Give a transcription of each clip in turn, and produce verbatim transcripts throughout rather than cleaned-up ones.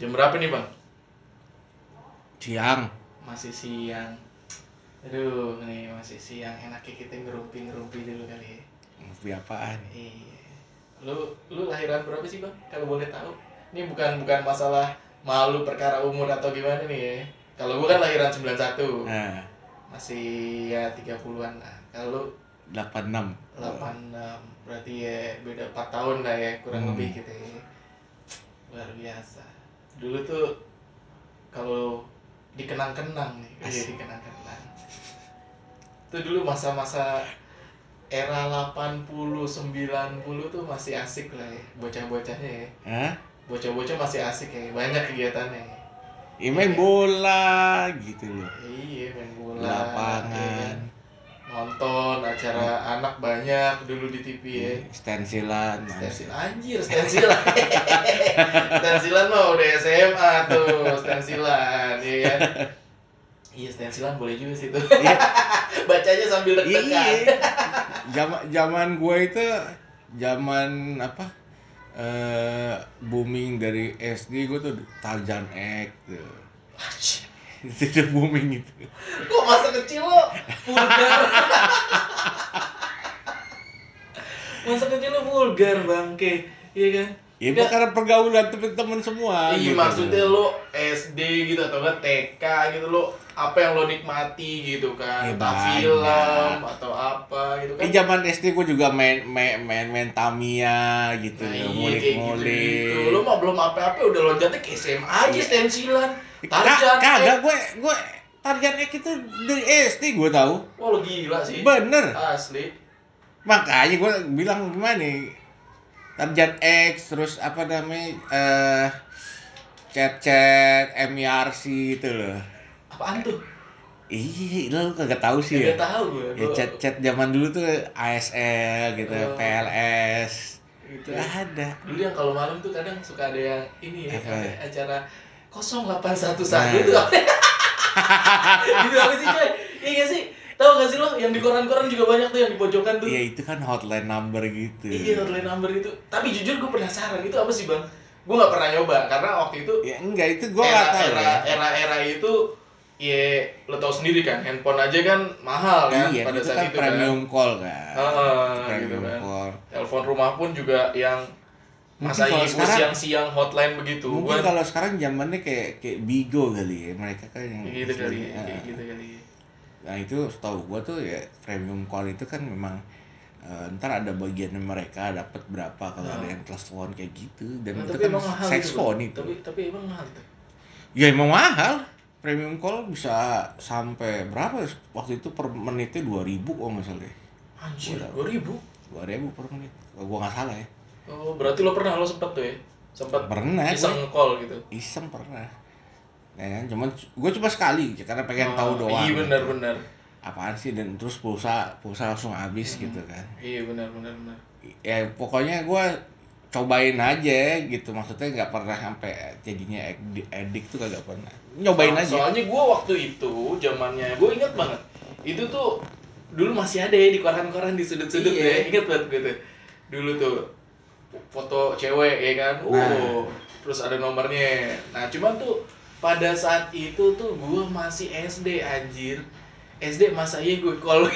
Jam berapa nih bang? Siang. Masih siang. Aduh, nih masih siang. Enaknya kita ngerumpi-ngerumpi dulu kali ya. Ngopi apaan? Iya. Lu lu lahiran berapa sih bang? Kalau boleh tahu. Ini bukan bukan masalah malu perkara umur atau gimana nih ya. Kalau gua kan lahiran sembilan satu. Nah, Masih ya tiga puluhan lah. Kalau lu delapan enam. delapan enam berarti ya beda empat tahun lah ya kurang Hmm. lebih gitu ya. Luar biasa. Dulu tuh kalau dikenang-kenang nih, eh Asik. dikenang-kenang. Itu dulu masa-masa era delapan puluh sembilan puluh tuh masih asik lah ya, bocah-bocahnya ya. Hah? Bocah-bocah masih asik ya, banyak kegiatannya. Ya main Ya, bola gitu loh. iya main Di bola, iya lapangan. kan. Nonton acara anak banyak dulu di T V ya. Stensilan. Stensil anjir, stensilan. Stensilan mah udah S M A tuh, stensilan, iya kan. Iya stensilan boleh juga sih tuh. Iya. Bacanya sambil deg-degan. Iya. Zaman zaman gue itu zaman apa? Eh booming dari S D gue tuh Tarzan X tuh. Itu tuh booming itu. Kok masa kecil lo vulgar? Masa kecil lo vulgar bangke, iya kan? Ya Enggak. karena pergaulan temen-temen semua Iya gitu. maksudnya lo S D gitu atau enggak T K gitu lo apa yang lo nikmati gitu kan, Ya entah banyak. film atau apa gitu kan. Eh zaman S D gue juga main main main, main Tamiya gitu Nah loh, iya kayak gitu-gitu. ngulik-ngulik. Lo mah belum apa-apa udah loncatnya ke S M A aja Iya. stensilan. Kak, Tarzan kagak eh. gue gue Tarzan X itu dari S D gue tahu. Wah lo gila sih. Bener. Asli. Makanya gue bilang gimana nih? Tarzan X terus apa namanya eh chat-chat M I R C itu loh. Apaan tuh? Ih, lu kagak tahu sih ya? Kagak tahu gue. Ya Gue chat-chat zaman dulu tuh A S L gitu, uh, P L S. gitu Itu ya. ada. Dulu yang kalau malam tuh kadang suka ada yang ini ya, apa ya, Apa? acara nol delapan satu satu tuh Nah. apa ya? Gitu apa sih coy? Iya gak sih? Tahu gak sih lo yang di koran-koran juga banyak tuh yang di pojokan tuh. Iya itu kan hotline number gitu. Iya hotline number itu. Tapi jujur gue penasaran itu apa sih bang? Gue nggak pernah nyoba karena waktu itu Ya enggak itu gua nggak tahu era-era ya. era-era itu ya lo tau sendiri kan handphone aja kan mahal kan Iya pada itu saat kan itu kan. premium call kan. Itu Heeh, gitu premium kan. call. Telepon rumah pun juga yang Mungkin masa kalau ibu sekarang siang-siang hotline mungkin begituan. kalau sekarang zamannya kayak kayak Bigo kali ya. Mereka kan yang Kayak gitu kali istilahnya ya, kayak eh, gitu kali ya. nah itu setahu gua tuh ya premium call itu kan memang eh, ntar ada bagiannya mereka dapat berapa kalau ada Nah, yang telepon kayak gitu dan nah itu tapi kan emang mahal sex itu bang. phone itu. Tapi tapi emang mahal itu. Ya emang mahal. Premium call bisa sampai berapa ya? Waktu itu per menitnya dua ribu kok nggak salah. Ya. Gua Anjir, tahu. dua ribu. dua ribu per menit. Kalau gua nggak salah ya. Oh, berarti lo pernah lo sempet tuh ya? Sempet Pernah gue iseng nge-call gitu. iseng pernah. Ya kan, cuman gue cuma sekali karena pengen tahu Oh, iya doang gitu. benar-benar. Apaan sih dan terus pulsa pulsa langsung habis Mm-mm. gitu kan. Iya benar-benar benar. Ya pokoknya gue cobain aja gitu maksudnya nggak pernah sampai jadinya edik tuh kagak pernah nyobain So- aja. soalnya gue waktu itu zamannya gue inget banget. Itu tuh dulu masih ada ya di koran-koran di sudut-sudut tuh ya. Iya. Ingat banget gue tuh. Dulu tuh foto cewek ya kan. Nah, Uh, terus ada nomornya. Nah, cuman tuh pada saat itu tuh gue masih S D anjir. S D masa iya gue call.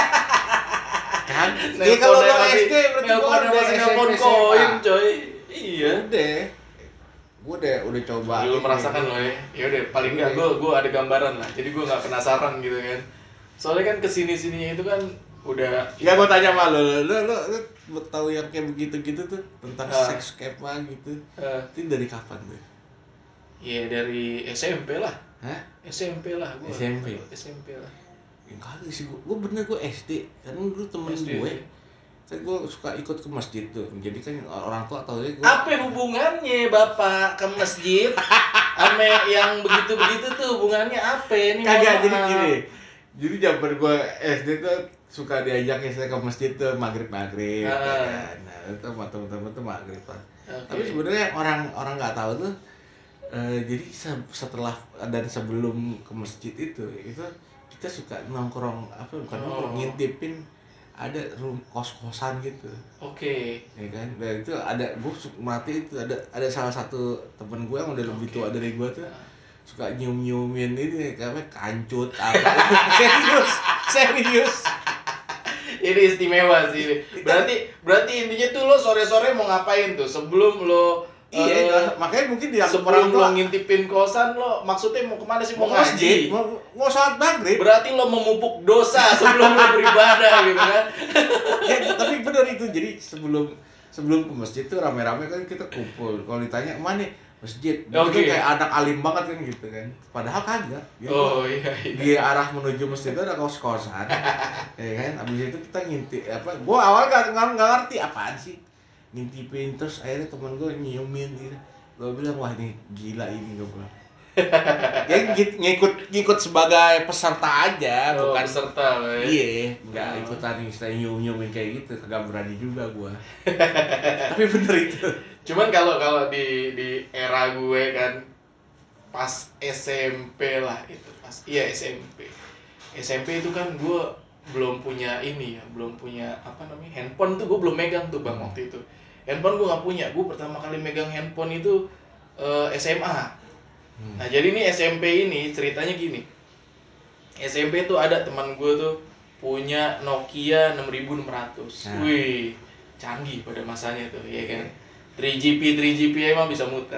kan iya kalau Nelponnya lo masih S D berarti gue nelponnya udah masih S M nelpon P S M A. koin, coy. Iya. Udah. Gue udah udah Soalnya lu cobain kayak merasakan loh gitu. ya. Ya udah paling enggak Udah. gue gue ada gambaran lah. Jadi gue nggak penasaran gitu kan. Soalnya kan kesini sininya itu kan udah Ya gue tanya internet. sama lo, lo, lo, lo, lo tahu yang kayak begitu-gitu tuh tentang Ah, seks skema gitu. ah, Itu dari kapan tuh? ya dari S M P lah. Hah? S M P lah gue S M P? S M P lah. Yang kali sih gue, gue bener gue S D. Karena dulu temen S D gue, ya. kan gue suka ikut ke masjid tuh. Jadi kan orang tua tau ya gue. Apa hubungannya Bapak ke masjid? Ame yang begitu-begitu tuh hubungannya apa? Ini mohon Kagak jadi maaf. gini. Jadi zaman gue S D tuh suka diajak saya ke masjid tuh maghrib maghrib ya Ah, kan. Nah itu sama temen-temen tuh maghrib kan. Tapi oke. sebenarnya orang orang nggak tahu tuh. Eh, jadi se- setelah dan sebelum ke masjid itu itu kita suka nongkrong apa bukan nongkrong Oh, ngintipin ada room kos-kosan gitu. Oke. Ya kan, nah itu ada gue mati itu ada ada salah satu temen gue yang udah lebih Oke. tua dari gue tuh Nah. suka nyium nyiumin ini kayak kancut apa serius serius Ini istimewa sih. Berarti berarti intinya tuh lo sore-sore mau ngapain tuh sebelum lo iya eh, makanya mungkin dianggap orang sebelum tua lo ngintipin kosan lo maksudnya mau kemana sih? mau Mau ke masjid ngaji? mau mau sholat maghrib. Berarti lo memupuk dosa sebelum lo beribadah gitu kan? Ya tapi benar itu, jadi sebelum sebelum ke masjid tuh rame-rame kan kita kumpul, kalau ditanya mana masjid kita Oke. kayak anak alim banget kan gitu kan, padahal kagak ya gua Oh iya di iya. arah menuju masjid itu ada kos-kosan ya kan, abis itu kita ngintip apa, gua awal gak, nggak nggak ngerti apaan sih ngintipin, terus akhirnya temen gua nyiumin gitu, gua bilang wah ini gila ini, gua bilang ya ngikut ngikut ngikut sebagai peserta aja, Oh bukan peserta lo ya. iya nggak Oh. ikutan istilahnya nyium nyiumin kayak gitu, kagak berani juga gua. Tapi bener itu. Cuman kalau kalau di di era gue kan pas S M P lah itu pas iya S M P S M P itu kan gue belum punya ini ya belum punya apa namanya handphone tuh gue belum megang tuh bang Hmm. waktu itu handphone gue nggak punya gue pertama kali megang handphone itu eh, S M A. Hmm. Nah jadi nih S M P ini ceritanya gini, S M P tuh ada teman gue tuh punya Nokia enam ribu enam ratus. Nah. Wih canggih pada masanya tuh ya kan, tiga G P tiga G P emang bisa muter.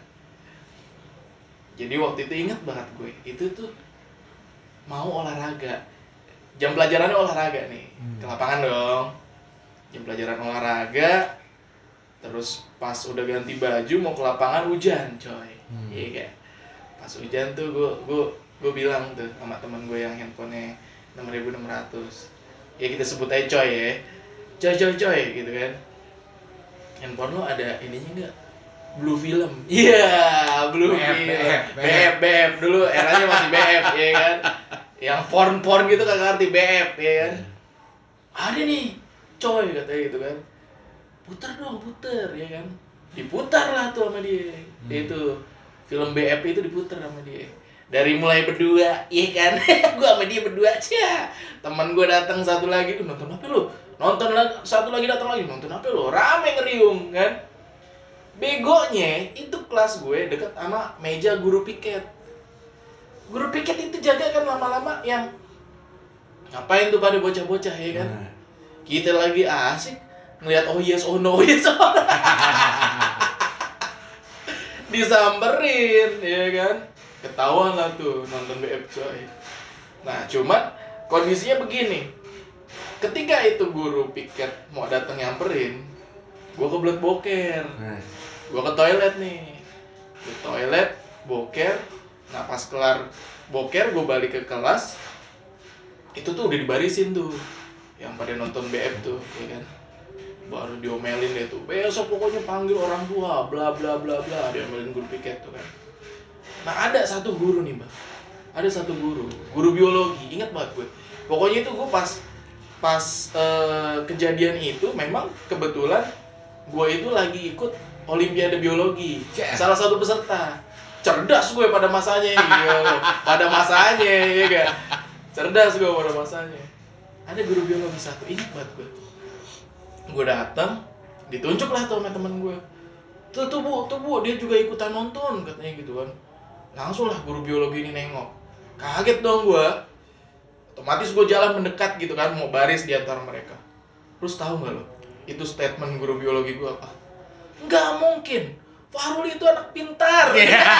Jadi waktu itu inget banget gue itu tuh mau olahraga, jam pelajarannya olahraga nih, Hmm. ke lapangan dong, jam pelajaran olahraga, terus pas udah ganti baju mau ke lapangan hujan coy, Hmm. iya kan, pas hujan tuh gue gue gue bilang tuh sama teman gue yang handphonenya enam ribu enam ratus, ya kita sebut aja coy ya, coy coy coy gitu kan, handphone lo ada ininya nggak, Blue Film. Iya, yeah, Blue B F, Film. B F, B F, B F dulu eranya masih B F ya kan. Yang porn-porn gitu kagak ngerti B F ya kan. Yeah. Ada nih, coy katanya gitu kan. Putar dong, puter ya kan. Diputar lah tuh sama dia. Hmm. Itu film B F itu diputar sama dia. Dari mulai berdua, iya kan? Gua sama dia berdua aja. Teman gua datang satu lagi, "Uh, nonton apa lu?" Nonton lagi, satu lagi datang lagi, "Nonton apa lu?" Rame ngeriung kan. Begonya itu kelas gue deket sama meja guru piket. Guru piket itu jaga kan lama-lama yang ngapain tuh pada bocah-bocah ya kan. Nah. Kita lagi asik ngeliat oh yes oh no, oh yes oh no. Disamperin ya kan. Ketahuan lah tuh nonton B F coy. Nah cuman kondisinya begini. Ketika itu guru piket mau datang nyamperin, gue kebelet boker. Nah. Gue ke toilet nih, ke toilet boker. Nah pas kelar boker gue balik ke kelas, itu tuh udah dibarisin tuh yang pada nonton B F tuh ya kan, baru diomelin deh tuh, besok pokoknya panggil orang tua bla bla bla bla, diomelin guru piket tuh kan. Nah ada satu guru nih bang, ada satu guru guru biologi, ingat banget gue, pokoknya itu gue pas pas eh, kejadian itu memang kebetulan gue itu lagi ikut olimpiade biologi, Yeah. salah satu peserta. Cerdas gue pada masanya gitu. Pada masanya ya gak, cerdas gue pada masanya. Ada guru biologi satu, ingat banget gue, gue datang ditunjuk lah tuh sama temen gue, tuh tuh bu tuh bu dia juga ikutan nonton katanya gitu kan. Langsung lah guru biologi ini nengok, kaget dong gue, otomatis gue jalan mendekat gitu kan, mau baris di antara mereka. Terus tahu nggak lo itu statement guru biologi gue apa? Nggak mungkin, Farul itu anak pintar.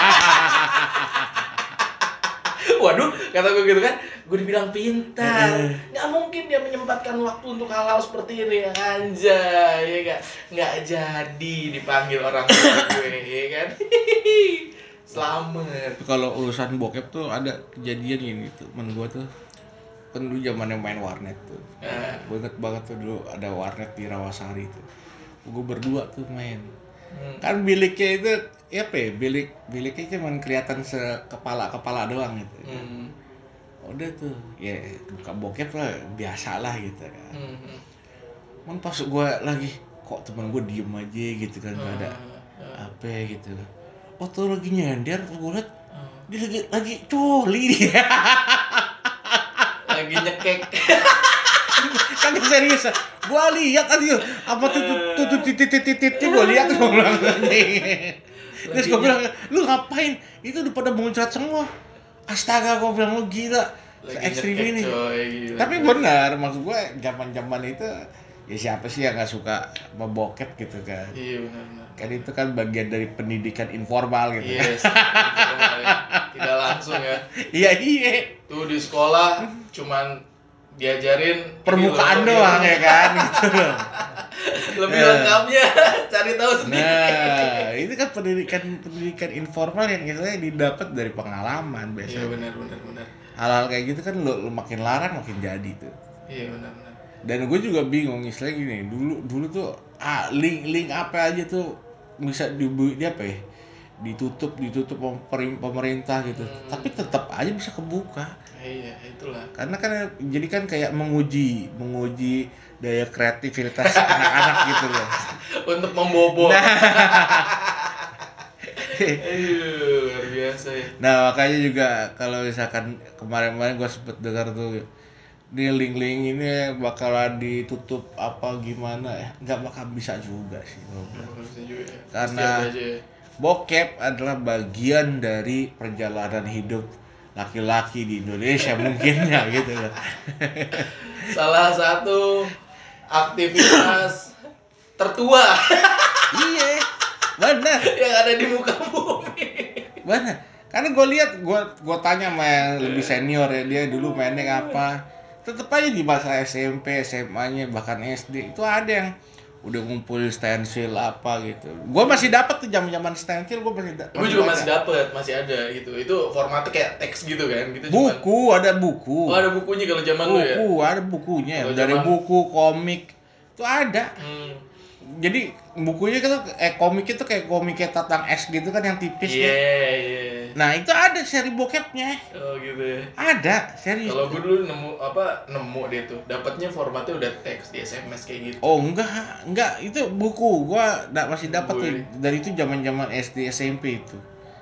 Waduh, kata gue gitu kan, gue dibilang pintar, nggak mungkin dia menyempatkan waktu untuk hal-hal seperti ini, anjay, ya gak, nggak jadi dipanggil orang tua gue, ya kan, selamat. Kalau urusan bokep tuh ada kejadian gini tuh, temen gue tuh kan dulu zamannya main warnet tuh. Nah. Gue inget banget tuh dulu ada warnet di Rawasari tuh. Gue berdua tuh main. Hmm. Kan biliknya itu ya apa ya, bilik biliknya cuma kelihatan sekepala kepala doang gitu. Hmm. Udah tuh ya buka bokep lah biasa lah gitu kan. Hmm. Cuman pas gue lagi kok teman gue diem aja gitu kan, nggak ada Hmm. apa gitu. Oh tuh lagi nyender, gue liat Hmm. dia lagi lagi coli dia. Lagi nyekek. kagak serius. Gua lihat tadi apa tuh tuh tuh tuh titit titit titit gua lihat gua bilang anjing. Terus Lagi gua bilang, ny- "Lu ngapain? Itu udah pada muncrat semua." Astaga, gua bilang lu gila. Se lagi ekstrim nyekek ini. coy, gila Tapi coy. benar, maksud gue zaman-zaman itu ya siapa sih yang nggak suka membokep gitu kan? Iya benar benar Kan benar. itu kan bagian dari pendidikan informal gitu kan? Yes, informal ya. Tidak langsung ya. Iya iya, Tuh di sekolah cuman diajarin ini loh, permukaan iya doang ya permukaan. kan gitu loh. Lebih Eh, lengkapnya cari tahu sendiri. Nah, itu kan pendidikan pendidikan informal yang istilahnya didapat dari pengalaman Iya biasanya. benar benar benar. Hal-hal kayak gitu kan lo, lo makin larang makin jadi tuh. Iya benar benar. Dan gue juga bingung istilahnya gini, dulu dulu tuh ah, link link apa aja tuh bisa di di apa ya, ditutup ditutup pemer- pemerintah gitu, Hmm, tapi tetap aja bisa kebuka iya itulah. karena kan jadi kan kayak menguji menguji daya kreativitas anak-anak gitu loh. Untuk membobot. Nah, Aduh, luar biasa ya. nah makanya juga kalau misalkan kemarin-kemarin gue sempet dengar tuh di link-link ini bakalan ditutup apa gimana ya, nggak bakal bisa juga sih gua Nggak bilang. bakal bisa juga ya. Pasti ada Karena aja ya. bokep adalah bagian dari perjalanan hidup laki-laki di Indonesia mungkinnya gitu loh. Salah satu aktivitas tertua Iya, benar, yang ada di muka bumi. benar. Karena gue lihat, gue gue tanya sama yang lebih senior ya, dia dulu mainnya apa. Tetep aja di masa S M P, S M A-nya, bahkan S D itu ada yang udah ngumpulin stensil apa gitu. Gue masih dapat tuh zaman-zaman stensil, gue masih da- Gue masih juga baca. masih dapet, masih ada gitu. Itu formatnya kayak teks gitu kan. Kita cuman Buku, ada oh buku. ada bukunya kalau zaman lu ya. Buku, ada bukunya. Kalau Dari zaman buku, komik, itu ada. hmm, Jadi bukunya kan eh komiknya tuh kayak komiknya Tatang S gitu kan yang tipis iya deh. iya. Nah itu ada seri bokepnya. Oh gitu ya. Ada, serius Kalau gue tuh. dulu nemu apa nemu dia tuh, dapatnya formatnya udah teks di S M S kayak gitu. Oh enggak, enggak itu buku. Gua da- masih dapat tuh Wih. dari itu zaman-zaman S D S M P itu.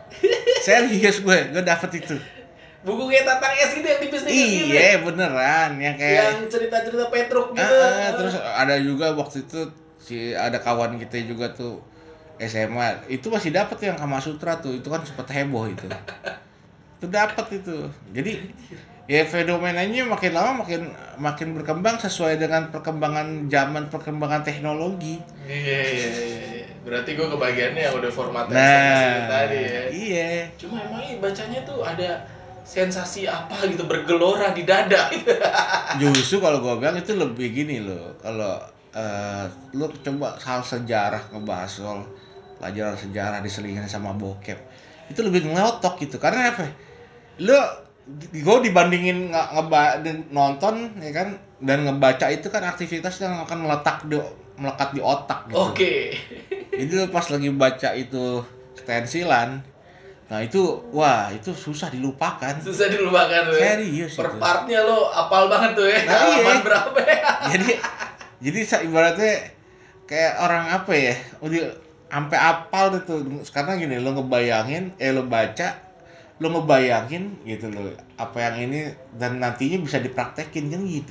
Serius gue, gue dapat itu. Buku kayak Tatang Es gitu yang tipis-tipis gitu. Iya beneran yang kayak Yang cerita-cerita Petruk ah, gitu. ah, terus ada juga waktu itu si ada kawan kita juga tuh S M A itu masih dapat tuh yang Kama Sutra tuh itu kan sempet heboh itu itu dapat itu jadi ya fenomenanya makin lama makin makin berkembang sesuai dengan perkembangan zaman perkembangan teknologi. Iya, iya, iya, iya. Berarti gue kebagiannya yang udah format S M S itu tadi Nah ya. iya, Cuma emangnya bacanya tuh ada sensasi apa gitu bergelora di dada gitu. justru kalau gue bilang itu lebih gini loh kalau eh, lu coba hal sejarah ngebahas soal pelajaran sejarah diselingin sama bokep itu lebih ngelotok gitu karena apa, lu gue dibandingin nggak ngeba nonton ya kan dan ngebaca itu kan aktivitas yang akan meletak di melekat di otak gitu. Oke. Jadi lu pas lagi baca itu stensilan, nah itu wah itu susah dilupakan. Susah dilupakan tuh ya. Serius Per itu. partnya lo apal banget tuh ya. Nah Halaman iya. berapa ya? Jadi jadi sa- ibaratnya kayak orang apa ya, udah sampai apal gitu karena gini lo ngebayangin eh lo baca lo ngebayangin gitu loh apa yang ini dan nantinya bisa dipraktekin kan gitu.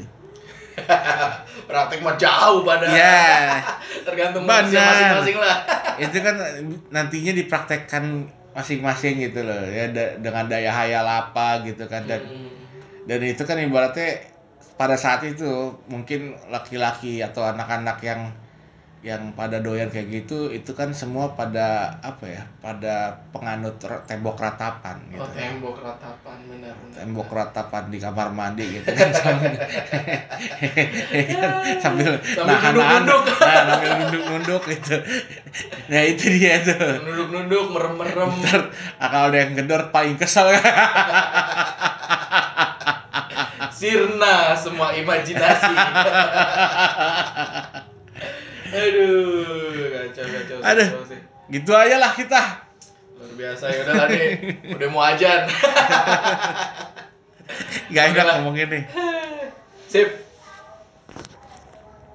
Praktek mah jauh padahal. Ya Tergantung manusia benar, masing-masing lah. itu kan nantinya dipraktekkan masing-masing gitu loh ya da- dengan daya hayal apa gitu kan dan Hmm. dan itu kan ibaratnya pada saat itu mungkin laki-laki atau anak-anak yang yang pada doyan kayak gitu itu kan semua pada apa ya pada penganut r- tembok ratapan Oh gitu kan, tembok ratapan benar benar tembok benar. ratapan di kamar mandi gitu kan sambil sambil Sambil nahan-nahan nunduk-nunduk. nah sambil nunduk-nunduk gitu. Nah itu dia tuh, Nunduk-nunduk merem-merem. ntar kalau ada yang gedor paling kesel. Sirna semua imajinasi. Aduh, kacau kacau sih Aduh emang sih. gitu aja lah kita. Luar biasa ya udahlah nih. Udah mau ajan. Gak Oke enak lah. ngomongin nih. Sip.